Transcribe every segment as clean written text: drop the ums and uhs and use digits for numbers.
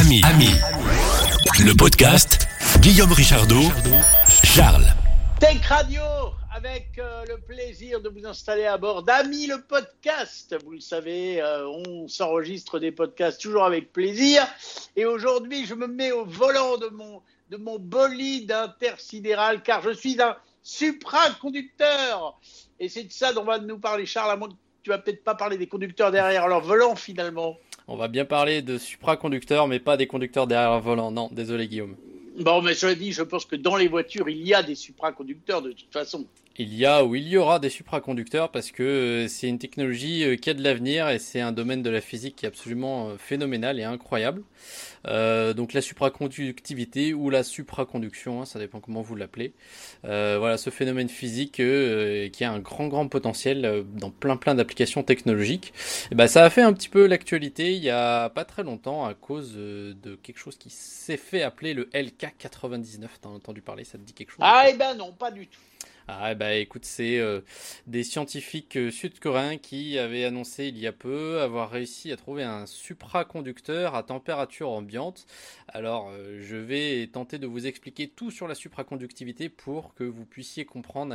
Ami. Le podcast Guillaume Richardot, Charles. Tech Radio, avec le plaisir de vous installer à bord d'Ami le podcast. Vous le savez, on s'enregistre des podcasts toujours avec plaisir. Et aujourd'hui, je me mets au volant de mon bolide intersidéral, car je suis un supraconducteur. Et c'est de ça dont va nous parler Charles, à moins que tu vas peut-être pas parler des conducteurs derrière leur volant finalement. On va bien parler de supraconducteurs, mais pas des conducteurs derrière le volant. Non, désolé Guillaume. Bon, mais cela dit, je pense que dans les voitures, il y a des supraconducteurs de toute façon. Il y aura des supraconducteurs parce que c'est une technologie qui a de l'avenir et c'est un domaine de la physique qui est absolument phénoménal et incroyable. Donc la supraconductivité ou la supraconduction, ça dépend comment vous l'appelez. Voilà, ce phénomène physique qui a un grand potentiel dans plein d'applications technologiques. Et ben, ça a fait un petit peu l'actualité il y a pas très longtemps à cause de quelque chose qui s'est fait appeler le LK99. T'as entendu parler, ça te dit quelque chose? Ah, eh ben non, pas du tout. Ah bah écoute, c'est des scientifiques sud-coréens qui avaient annoncé il y a peu avoir réussi à trouver un supraconducteur à température ambiante. Alors je vais tenter de vous expliquer tout sur la supraconductivité pour que vous puissiez comprendre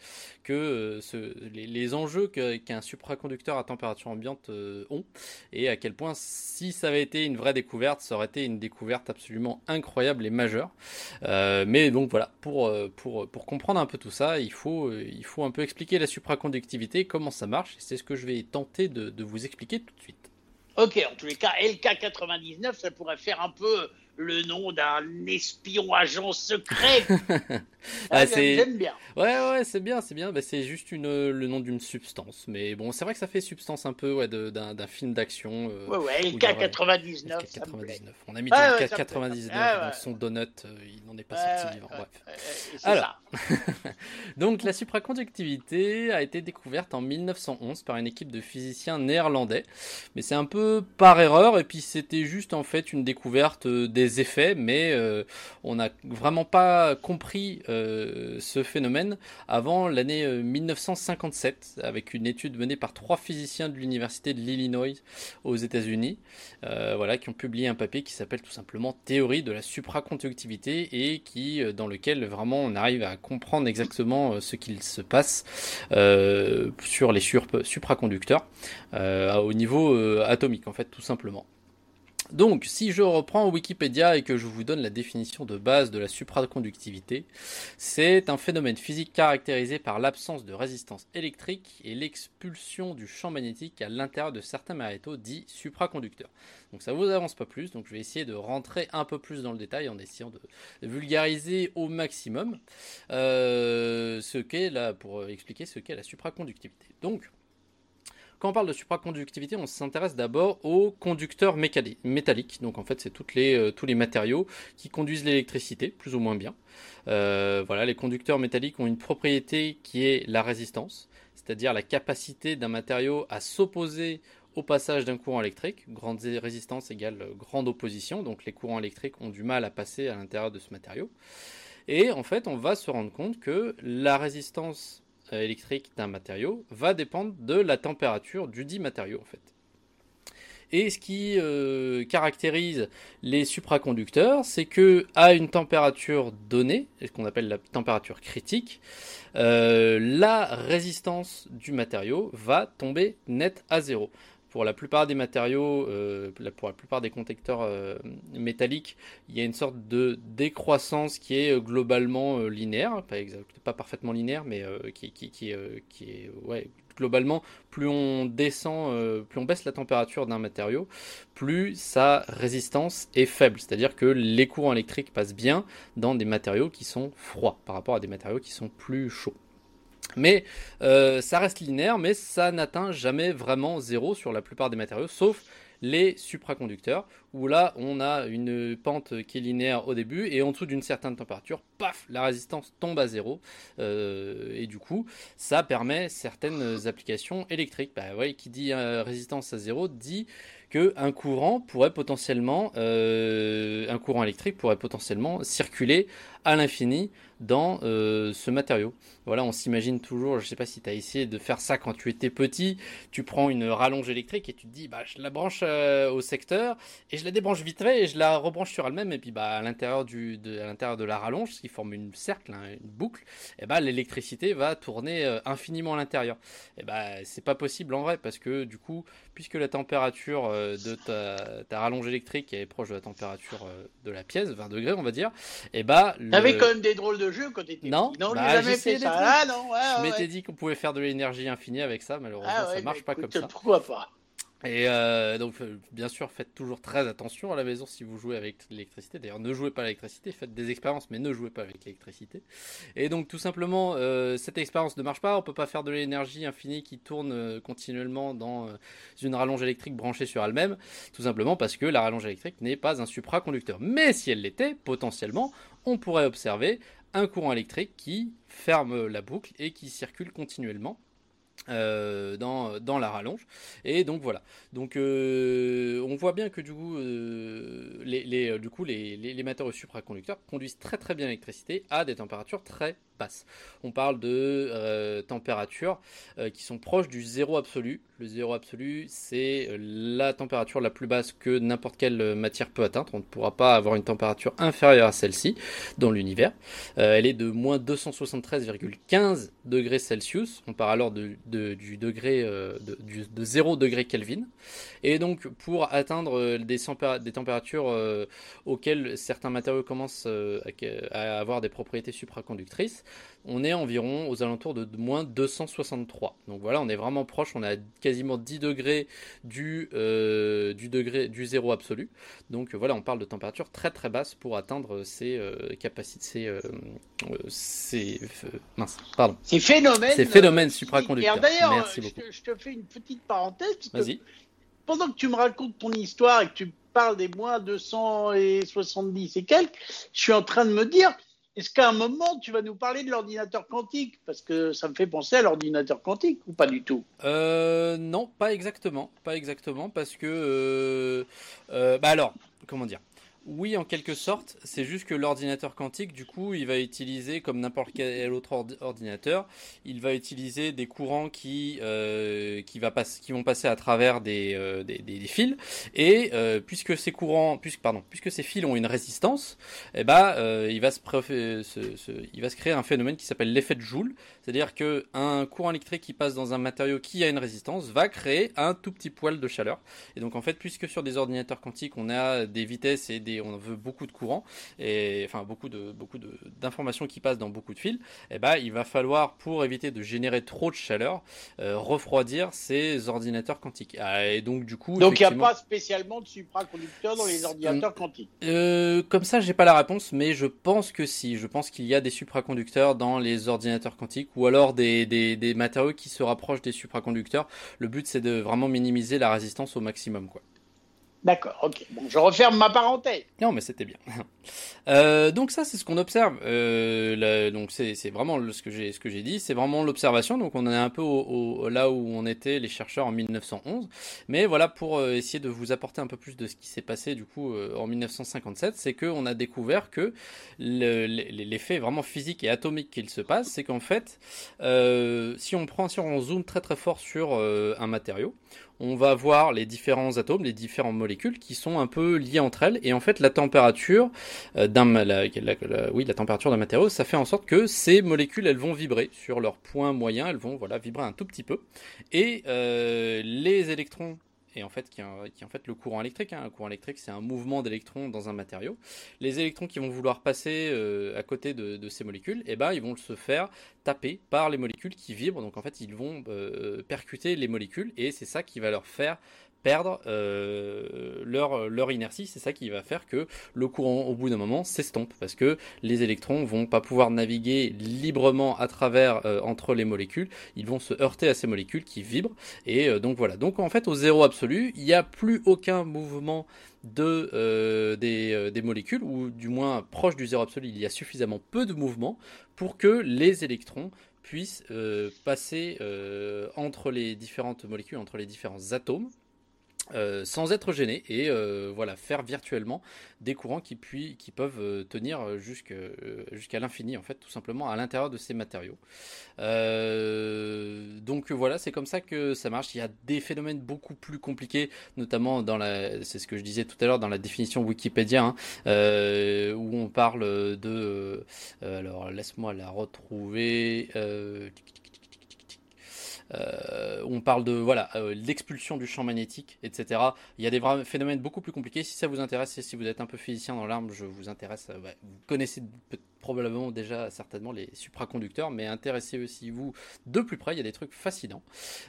les enjeux qu'un supraconducteur à température ambiante ont et à quel point si ça avait été une vraie découverte, ça aurait été une découverte absolument incroyable et majeure. Mais donc voilà, pour comprendre un peu tout ça, il faut un peu expliquer la supraconductivité, comment ça marche, et c'est ce que je vais tenter de vous expliquer tout de suite. Ok, en tous les cas, LK99, ça pourrait faire un peu le nom d'un espion agent secret. J'aime bien. Ouais, c'est bien. Bah, c'est juste le nom d'une substance. Mais bon, c'est vrai que ça fait substance un peu d'un film d'action. Ouais, LK99. LK99. On a mis du LK99 dans son donut. Il n'en est pas sorti vivant. Bref. Alors, donc la supraconductivité a été découverte en 1911 par une équipe de physiciens néerlandais. Mais c'est un peu par erreur. Et puis c'était juste en fait une découverte des effets, mais on n'a vraiment pas compris ce phénomène avant l'année 1957 avec une étude menée par 3 physiciens de l'université de l'Illinois aux États-Unis, qui ont publié un papier qui s'appelle tout simplement Théorie de la supraconductivité et dans lequel vraiment on arrive à comprendre exactement ce qu'il se passe sur les supraconducteurs au niveau atomique en fait tout simplement. Donc, si je reprends Wikipédia et que je vous donne la définition de base de la supraconductivité, c'est un phénomène physique caractérisé par l'absence de résistance électrique et l'expulsion du champ magnétique à l'intérieur de certains matériaux dits supraconducteurs. Donc ça vous avance pas plus, donc je vais essayer de rentrer un peu plus dans le détail en essayant de vulgariser au maximum pour expliquer ce qu'est la supraconductivité. Donc, quand on parle de supraconductivité, on s'intéresse d'abord aux conducteurs métalliques. Donc en fait, c'est tous les matériaux qui conduisent l'électricité, plus ou moins bien. Les conducteurs métalliques ont une propriété qui est la résistance, c'est-à-dire la capacité d'un matériau à s'opposer au passage d'un courant électrique. Grande résistance égale grande opposition, donc les courants électriques ont du mal à passer à l'intérieur de ce matériau. Et en fait, on va se rendre compte que la résistance électrique d'un matériau va dépendre de la température du dit matériau en fait. Et ce qui caractérise les supraconducteurs, c'est que à une température donnée, ce qu'on appelle la température critique, la résistance du matériau va tomber net à zéro. Pour la plupart des matériaux, pour la plupart des conducteurs métalliques, il y a une sorte de décroissance qui est globalement linéaire, pas parfaitement linéaire, mais qui est globalement, plus on descend, plus on baisse la température d'un matériau, plus sa résistance est faible. C'est-à-dire que les courants électriques passent bien dans des matériaux qui sont froids par rapport à des matériaux qui sont plus chauds. Mais ça reste linéaire, mais ça n'atteint jamais vraiment zéro sur la plupart des matériaux, sauf les supraconducteurs, où là on a une pente qui est linéaire au début, et en dessous d'une certaine température, paf, la résistance tombe à zéro, et du coup ça permet certaines applications électriques. Qui dit résistance à zéro dit qu'un courant électrique pourrait potentiellement circuler à l'infini dans ce matériau. Voilà, on s'imagine toujours, je sais pas si tu as essayé de faire ça quand tu étais petit, tu prends une rallonge électrique et tu te dis bah je la branche au secteur et je la débranche vite fait et je la rebranche sur elle-même et puis bah à l'intérieur de la rallonge, ce qui forme une cercle, hein, une boucle, et bah l'électricité va tourner infiniment à l'intérieur. Et bah c'est pas possible en vrai parce que du coup, puisque la température de ta rallonge électrique est proche de la température de la pièce, 20 degrés on va dire, et bah T'avais quand même des drôles de jeux quand t'étais non, petit. Non, j'ai bah jamais j'essayais fait des ça. trucs. Ah non, Je ouais, m'étais ouais. dit qu'on pouvait faire de l'énergie infinie avec ça, malheureusement Ah ça ouais, bah marche pas comme écoute, ça. pourquoi pas? Et donc bien sûr faites toujours très attention à la maison si vous jouez avec l'électricité. D'ailleurs ne jouez pas à l'électricité, faites des expériences mais ne jouez pas avec l'électricité. Et donc tout simplement cette expérience ne marche pas, on peut pas faire de l'énergie infinie qui tourne continuellement dans une rallonge électrique branchée sur elle-même, tout simplement parce que la rallonge électrique n'est pas un supraconducteur. Mais si elle l'était, potentiellement, on pourrait observer un courant électrique qui ferme la boucle et qui circule continuellement dans la rallonge. Et donc voilà. Donc on voit bien que du coup, les matériaux supraconducteurs conduisent très très bien l'électricité à des températures très basses. On parle de températures qui sont proches du zéro absolu. Le zéro absolu, c'est la température la plus basse que n'importe quelle matière peut atteindre. On ne pourra pas avoir une température inférieure à celle-ci dans l'univers. Elle est de moins 273,15 degrés Celsius. On parle alors du degré de 0 degré Kelvin. Et donc pour atteindre des températures auxquelles certains matériaux commencent à avoir des propriétés supraconductrices, on est environ aux alentours de moins 263. Donc voilà, on est vraiment proche, on est à quasiment 10 degrés du zéro absolu. Donc voilà, on parle de températures très très basses pour atteindre ces capacités, pardon. Ces phénomènes supraconducteurs. D'ailleurs, Merci beaucoup. je te fais une petite parenthèse. Vas-y. Pendant que tu me racontes ton histoire et que tu parles des moins 270 et quelques, je suis en train de me dire, est-ce qu'à un moment, tu vas nous parler de l'ordinateur quantique? Parce que ça me fait penser à l'ordinateur quantique, ou pas du tout? Non, pas exactement. Pas exactement, parce que... bah alors, comment dire? Oui, en quelque sorte, c'est juste que l'ordinateur quantique, du coup, il va utiliser, comme n'importe quel autre ordinateur, il va utiliser des courants qui vont passer à travers des fils. Et puisque ces fils ont une résistance, eh ben, il va se créer un phénomène qui s'appelle l'effet de Joule. C'est-à-dire qu'un courant électrique qui passe dans un matériau qui a une résistance va créer un tout petit poil de chaleur. Et donc, en fait, puisque sur des ordinateurs quantiques, on a des vitesses et on veut beaucoup de courant, et enfin beaucoup d'informations qui passent dans beaucoup de fils, et ben il va falloir, pour éviter de générer trop de chaleur, refroidir ces ordinateurs quantiques. Et donc du coup, donc il n'y a pas spécialement de supraconducteurs dans les ordinateurs quantiques. Comme ça, j'ai pas la réponse, mais je pense que si. Je pense qu'il y a des supraconducteurs dans les ordinateurs quantiques, ou alors des matériaux qui se rapprochent des supraconducteurs. Le but, c'est de vraiment minimiser la résistance au maximum, quoi. D'accord, ok. Bon, je referme ma parenthèse. Non, mais c'était bien. Donc ça, c'est ce qu'on observe. Donc c'est vraiment ce que j'ai dit, c'est vraiment l'observation. Donc on est un peu là où on était les chercheurs en 1911. Mais voilà, pour essayer de vous apporter un peu plus de ce qui s'est passé du coup en 1957, c'est qu'on a découvert que l'effet vraiment physique et atomique qu'il se passe, c'est qu'en fait, si on zoome très très fort sur un matériau, on va voir les différents atomes, les différentes molécules qui sont un peu liées entre elles. Et en fait, la température la température d'un matériau, ça fait en sorte que ces molécules, elles vont vibrer sur leur point moyen, elles vont vibrer un tout petit peu. Et les électrons, et en fait, qui est en fait le courant électrique. Un courant électrique, c'est un mouvement d'électrons dans un matériau. Les électrons qui vont vouloir passer à côté de ces molécules, eh ben, ils vont se faire taper par les molécules qui vibrent. Donc en fait, ils vont percuter les molécules et c'est ça qui va leur faire perdre leur inertie. C'est ça qui va faire que le courant, au bout d'un moment, s'estompe parce que les électrons vont pas pouvoir naviguer librement à travers entre les molécules. Ils vont se heurter à ces molécules qui vibrent et donc voilà. Donc en fait, au zéro absolu, il n'y a plus aucun mouvement des molécules, ou du moins proche du zéro absolu, il y a suffisamment peu de mouvement pour que les électrons puissent passer entre les différentes molécules, entre les différents atomes. sans être gêné et voilà, faire virtuellement des courants qui peuvent tenir jusqu'à l'infini en fait, tout simplement à l'intérieur de ces matériaux. Donc voilà, c'est comme ça que ça marche. Il y a des phénomènes beaucoup plus compliqués, notamment c'est ce que je disais tout à l'heure dans la définition Wikipédia, hein, où on parle alors laisse-moi la retrouver. On parle de l'expulsion du champ magnétique, etc. Il y a des phénomènes beaucoup plus compliqués. Si ça vous intéresse et si vous êtes un peu physicien dans l'arme, je vous intéresse. Vous connaissez probablement déjà certainement les supraconducteurs, mais intéressez aussi vous de plus près. Il y a des trucs fascinants.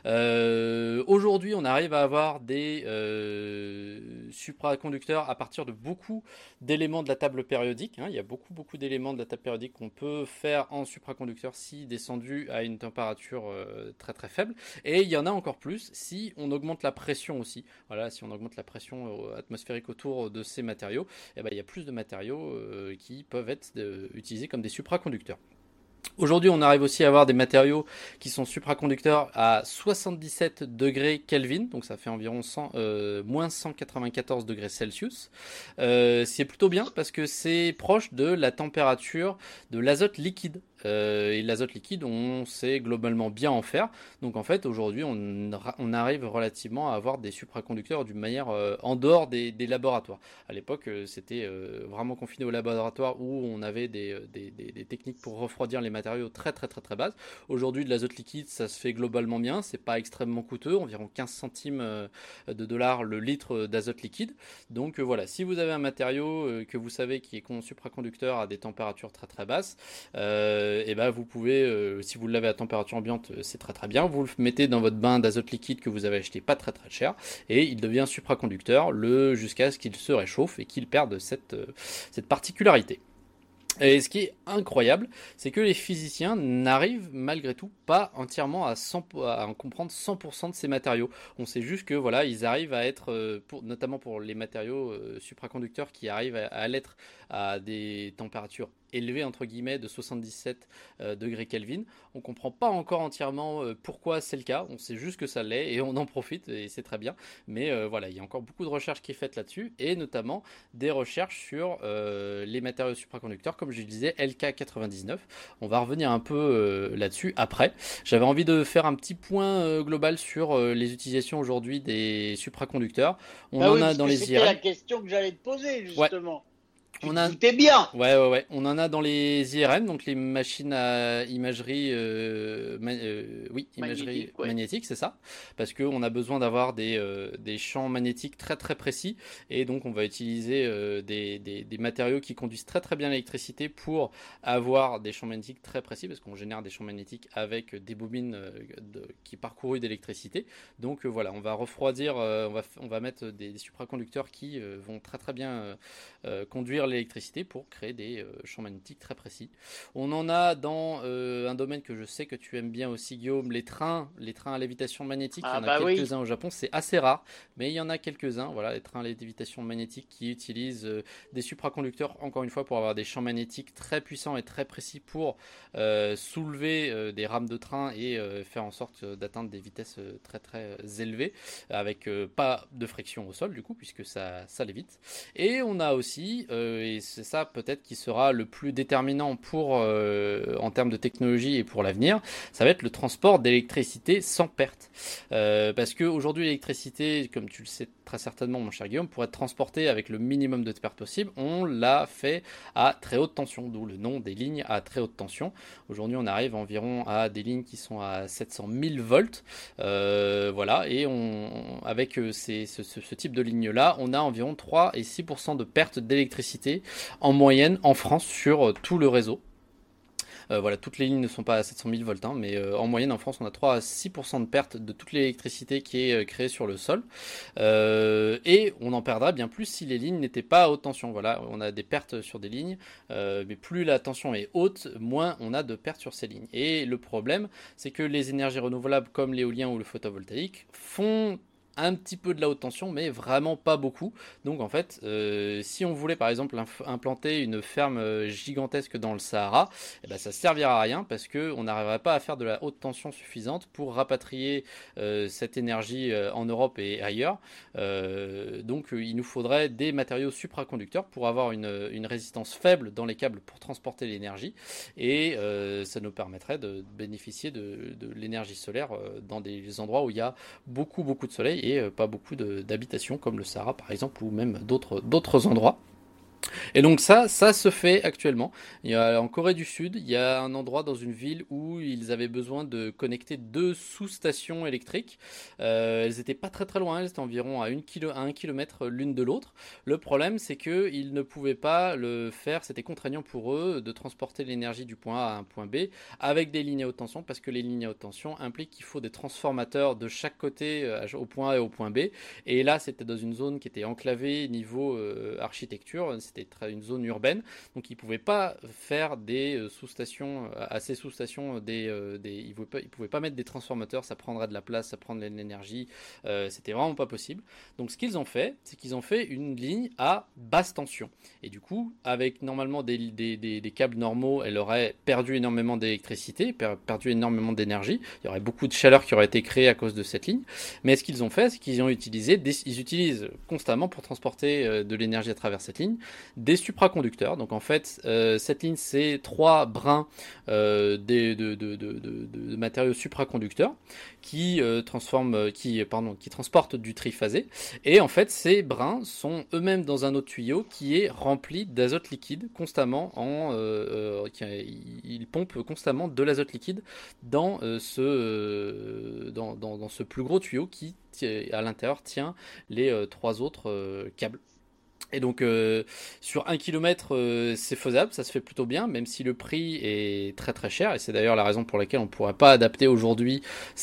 Aujourd'hui, on arrive à avoir des supraconducteurs à partir de beaucoup d'éléments de la table périodique. Il y a beaucoup d'éléments de la table périodique qu'on peut faire en supraconducteur si descendu à une température très très faible. Et il y en a encore plus si on augmente la pression aussi. Voilà, si on augmente la pression atmosphérique autour de ces matériaux, il y a plus de matériaux qui peuvent être utilisés comme des supraconducteurs. Aujourd'hui, on arrive aussi à avoir des matériaux qui sont supraconducteurs à 77 degrés Kelvin, donc ça fait environ moins 194 degrés Celsius. C'est plutôt bien parce que c'est proche de la température de l'azote liquide. Et l'azote liquide, on sait globalement bien en faire. Donc en fait, aujourd'hui, on arrive relativement à avoir des supraconducteurs d'une manière en dehors des laboratoires. À l'époque, c'était vraiment confiné au laboratoire où on avait des techniques pour refroidir les matériaux très très très très basses. Aujourd'hui, de l'azote liquide, ça se fait globalement bien. C'est pas extrêmement coûteux, environ 15 centimes de dollars le litre d'azote liquide. Donc voilà, si vous avez un matériau que vous savez qui est supraconducteur à des températures très très basses, et vous pouvez, si vous l'avez à température ambiante, c'est très très bien. Vous le mettez dans votre bain d'azote liquide que vous avez acheté pas très très cher et il devient supraconducteur jusqu'à ce qu'il se réchauffe et qu'il perde cette particularité. Et ce qui est incroyable, c'est que les physiciens n'arrivent malgré tout pas entièrement à en comprendre 100% de ces matériaux. On sait juste que voilà, ils arrivent à être, notamment pour les matériaux supraconducteurs qui arrivent à l'être à des températures élevées entre guillemets de 77 degrés Kelvin. On comprend pas encore entièrement pourquoi c'est le cas. On sait juste que ça l'est et on en profite et c'est très bien. Mais voilà, il y a encore beaucoup de recherches qui est faite là-dessus et notamment des recherches sur les matériaux supraconducteurs, comme je disais, LK99. On va revenir un peu là-dessus après. J'avais envie de faire un petit point global sur les utilisations aujourd'hui des supraconducteurs. On en a dans les IRM. C'était la question que j'allais te poser justement. Ouais. T'es bien. Ouais. On en a dans les IRM, donc les machines à imagerie, imagerie magnétique, c'est ça. Parce qu'on a besoin d'avoir des champs magnétiques très très précis. Et donc on va utiliser des matériaux qui conduisent très très bien l'électricité pour avoir des champs magnétiques très précis. Parce qu'on génère des champs magnétiques avec des bobines qui parcourent d'électricité. Donc voilà, on va refroidir, on va mettre des supraconducteurs qui vont très très bien conduire l'électricité pour créer des champs magnétiques très précis. On en a dans un domaine que je sais que tu aimes bien aussi, Guillaume, les trains à lévitation magnétique. Il y en a quelques-uns au Japon, c'est assez rare, mais il y en a quelques-uns. Voilà, les trains à lévitation magnétique qui utilisent des supraconducteurs, encore une fois, pour avoir des champs magnétiques très puissants et très précis pour soulever des rames de train et faire en sorte d'atteindre des vitesses très très élevées avec pas de friction au sol du coup, puisque ça lévite. Et on a aussi et c'est ça peut-être qui sera le plus déterminant pour en termes de technologie et pour l'avenir, ça va être le transport d'électricité sans perte. Parce qu'aujourd'hui l'électricité, comme tu le sais très certainement mon cher Guillaume, pour être transportée avec le minimum de perte possible, on l'a fait à très haute tension, d'où le nom des lignes à très haute tension. Aujourd'hui on arrive environ à des lignes qui sont à 700 000 volts, voilà, et avec ce type de ligne là, on a environ 3 et 6% de perte d'électricité en moyenne en France sur tout le réseau. Voilà, toutes les lignes ne sont pas à 700 000 volts, hein, mais en moyenne en France on a 3 à 6% de perte de toute l'électricité qui est créée sur le sol, et on en perdra bien plus si les lignes n'étaient pas à haute tension. Voilà, on a des pertes sur des lignes, mais plus la tension est haute, moins on a de pertes sur ces lignes. Et le problème, c'est que les énergies renouvelables comme l'éolien ou le photovoltaïque font un petit peu de la haute tension, mais vraiment pas beaucoup. Donc en fait, si on voulait par exemple implanter une ferme gigantesque dans le Sahara, eh ben, ça servira à rien parce qu'on n'arriverait pas à faire de la haute tension suffisante pour rapatrier cette énergie en Europe et ailleurs. Donc il nous faudrait des matériaux supraconducteurs pour avoir une résistance faible dans les câbles pour transporter l'énergie, et ça nous permettrait de bénéficier de l'énergie solaire dans des endroits où il y a beaucoup de soleil et pas beaucoup d'habitations comme le Sahara par exemple, ou même d'autres endroits. Et donc ça se fait actuellement. Il y a, en Corée du Sud, il y a un endroit dans une ville où ils avaient besoin de connecter 2 sous-stations électriques. Elles étaient pas très loin, elles étaient environ à 1 kilomètre l'une de l'autre. Le problème, c'est qu'ils ne pouvaient pas le faire, c'était contraignant pour eux de transporter l'énergie du point A à un point B avec des lignes à haute tension, parce que les lignes à haute tension impliquent qu'il faut des transformateurs de chaque côté au point A et au point B. Et là, c'était dans une zone qui était enclavée niveau architecture, c'était une zone urbaine, donc ils ne pouvaient pas faire des sous-stations, à ces sous-stations, ils ne pouvaient pas mettre des transformateurs, ça prendrait de la place, ça prendrait de l'énergie, c'était vraiment pas possible. Donc ce qu'ils ont fait, c'est qu'ils ont fait une ligne à basse tension. Et du coup, avec normalement des câbles normaux, elle aurait perdu énormément d'électricité, perdu énormément d'énergie, il y aurait beaucoup de chaleur qui aurait été créée à cause de cette ligne. Mais ce qu'ils ont fait, c'est qu'ils ils utilisent constamment pour transporter de l'énergie à travers cette ligne des supraconducteurs. Donc en fait, cette ligne, c'est 3 brins de matériaux supraconducteurs qui transportent du triphasé. Et en fait, ces brins sont eux-mêmes dans un autre tuyau qui est rempli d'azote liquide constamment. Ils pompent constamment de l'azote liquide dans ce plus gros tuyau qui à l'intérieur tient les 3 autres câbles. Et donc sur 1 km c'est faisable, ça se fait plutôt bien, même si le prix est très cher, et c'est d'ailleurs la raison pour laquelle on ne pourrait pas adapter aujourd'hui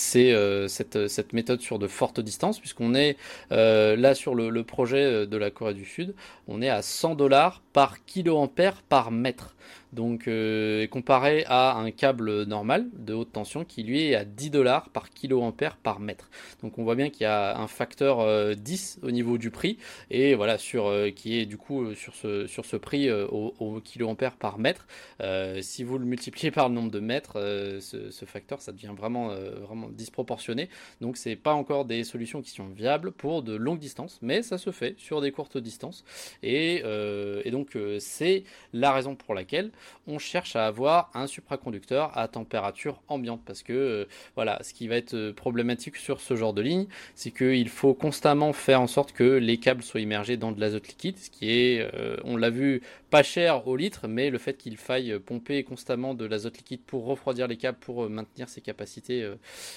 cette méthode sur de fortes distances, puisqu'on est là sur le projet de la Corée du Sud, on est à $100 par kiloampère par mètre. Donc comparé à un câble normal de haute tension qui lui est à $10 par kiloampère par mètre. Donc on voit bien qu'il y a un facteur 10 au niveau du prix, et voilà qui est du coup sur ce prix au kiloampère par mètre. Si vous le multipliez par le nombre de mètres, ce facteur, ça devient vraiment disproportionné. Donc c'est pas encore des solutions qui sont viables pour de longues distances, mais ça se fait sur des courtes distances. Et donc c'est la raison pour laquelle on cherche à avoir un supraconducteur à température ambiante, parce que voilà, ce qui va être problématique sur ce genre de ligne, c'est qu'il faut constamment faire en sorte que les câbles soient immergés dans de l'azote liquide, ce qui est, on l'a vu, pas cher au litre, mais le fait qu'il faille pomper constamment de l'azote liquide pour refroidir les câbles, pour maintenir ses capacités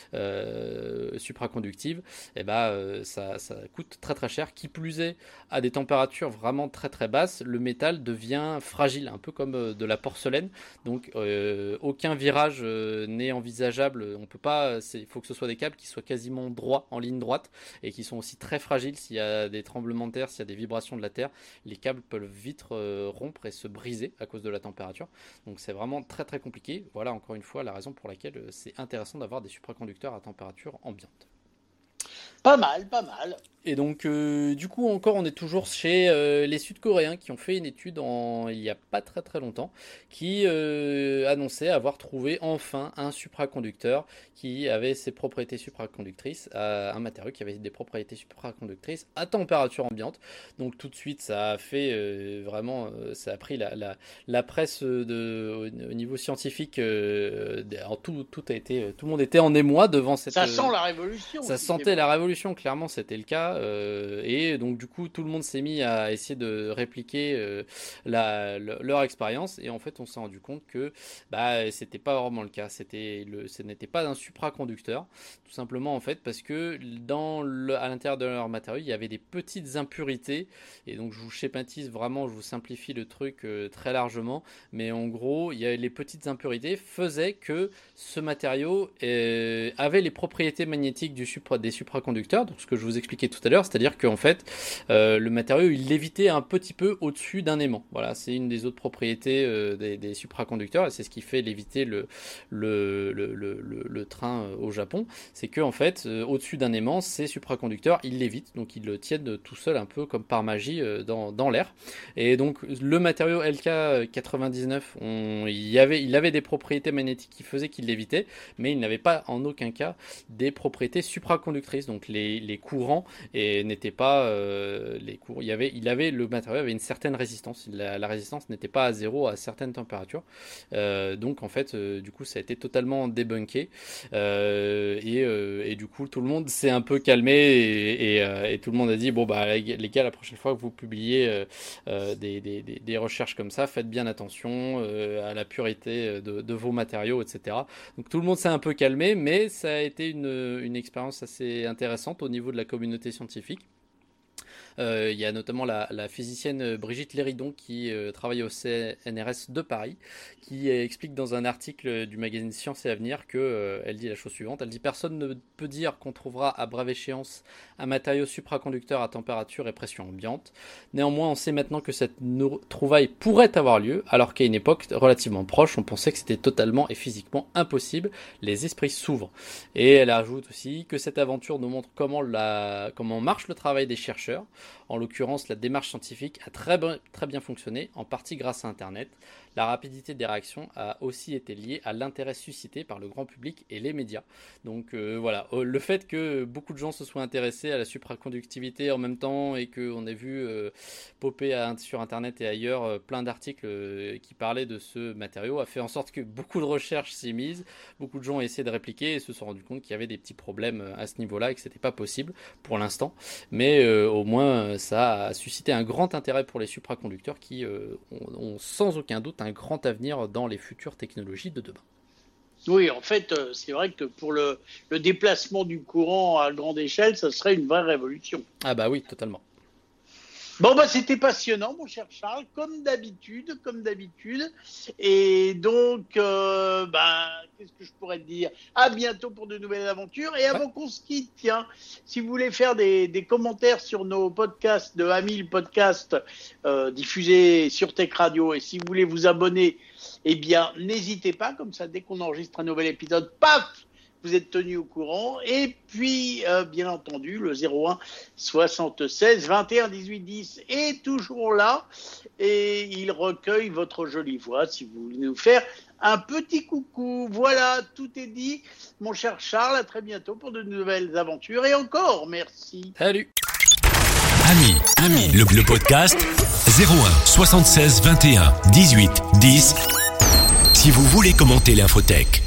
supraconductives, et ça coûte très cher. Qui plus est, à des températures vraiment très basses, le métal devient fragile, un peu comme de la porcelaine. Donc aucun virage n'est envisageable. On peut pas. Il faut que ce soit des câbles qui soient quasiment droits, en ligne droite, et qui sont aussi très fragiles. S'il y a des tremblements de terre, s'il y a des vibrations de la terre, les câbles peuvent vite rompre et se briser à cause de la température. Donc c'est vraiment très compliqué. Voilà encore une fois la raison pour laquelle c'est intéressant d'avoir des supraconducteurs à température ambiante. Pas mal. Et donc, du coup, encore, on est toujours chez les Sud-Coréens qui ont fait une étude il n'y a pas très longtemps, qui annonçait avoir trouvé enfin un supraconducteur qui avait ses propriétés supraconductrices, un matériau qui avait des propriétés supraconductrices à température ambiante. Donc, tout de suite, ça a fait ça a pris la presse au niveau scientifique. Tout le monde était en émoi devant cette. Ça sent la révolution. Ça sentait la révolution, clairement, c'était le cas. Et donc du coup tout le monde s'est mis à essayer de répliquer leur expérience, et en fait on s'est rendu compte que c'était pas vraiment le cas, ce n'était pas un supraconducteur, tout simplement en fait parce que à l'intérieur de leur matériau il y avait des petites impuretés, et donc je vous schématise vraiment, je vous simplifie le truc très largement, mais en gros les petites impuretés faisaient que ce matériau avait les propriétés magnétiques des supraconducteurs, donc ce que je vous expliquais tout tout à l'heure, c'est-à-dire qu'en fait, le matériau, il lévitait un petit peu au-dessus d'un aimant. Voilà, c'est une des autres propriétés des supraconducteurs, et c'est ce qui fait léviter le train au Japon. C'est que en fait, au-dessus d'un aimant, ces supraconducteurs, ils lévitent, donc ils le tiennent tout seul, un peu comme par magie dans l'air. Et donc, le matériau LK99, il avait des propriétés magnétiques qui faisaient qu'il lévitait, mais il n'avait pas en aucun cas des propriétés supraconductrices. Donc les courants n'étaient pas le matériau avait une certaine résistance. La résistance n'était pas à zéro à certaines températures. Donc en fait, du coup, ça a été totalement débunké. Et du coup, tout le monde s'est un peu calmé et tout le monde a dit bon bah les gars, la prochaine fois que vous publiez des recherches comme ça, faites bien attention à la pureté de vos matériaux, etc. Donc tout le monde s'est un peu calmé, mais ça a été une expérience assez intéressante au niveau de la communauté scientifique. Il y a notamment la physicienne Brigitte Léridon qui travaille au CNRS de Paris, qui explique dans un article du magazine Science et Avenir elle dit la chose suivante. Elle dit: personne ne peut dire qu'on trouvera à brève échéance un matériau supraconducteur à température et pression ambiante. Néanmoins, on sait maintenant que cette trouvaille pourrait avoir lieu, alors qu'à une époque relativement proche, on pensait que c'était totalement et physiquement impossible. Les esprits s'ouvrent. Et elle ajoute aussi que cette aventure nous montre comment marche le travail des chercheurs. En l'occurrence, la démarche scientifique a très bien fonctionné, en partie grâce à Internet. La rapidité des réactions a aussi été liée à l'intérêt suscité par le grand public et les médias. Donc voilà, le fait que beaucoup de gens se soient intéressés à la supraconductivité en même temps et qu'on ait vu popper sur Internet et ailleurs plein d'articles qui parlaient de ce matériau a fait en sorte que beaucoup de recherches s'y misent, beaucoup de gens ont essayé de répliquer et se sont rendus compte qu'il y avait des petits problèmes à ce niveau-là et que c'était pas possible pour l'instant. Mais au moins, ça a suscité un grand intérêt pour les supraconducteurs qui ont sans aucun doute un grand avenir dans les futures technologies de demain. Oui, en fait, c'est vrai que pour le déplacement du courant à grande échelle, ça serait une vraie révolution. Ah bah oui, totalement. Bon, bah c'était passionnant, mon cher Charles, comme d'habitude. Et donc, qu'est-ce que je pourrais te dire? À bientôt pour de nouvelles aventures. Et avant qu'on se quitte, tiens, si vous voulez faire des commentaires sur nos podcasts de Ami le podcast diffusés sur Tech Radio, et si vous voulez vous abonner, eh bien, n'hésitez pas. Comme ça, dès qu'on enregistre un nouvel épisode, paf, vous êtes tenu au courant. Et puis, bien entendu, le 01 76 21 18 10 est toujours là et il recueille votre jolie voix si vous voulez nous faire un petit coucou. Voilà, tout est dit, mon cher Charles. À très bientôt pour de nouvelles aventures et encore merci. Salut. Ami, le podcast 01 76 21 18 10. Si vous voulez commenter l'infotech.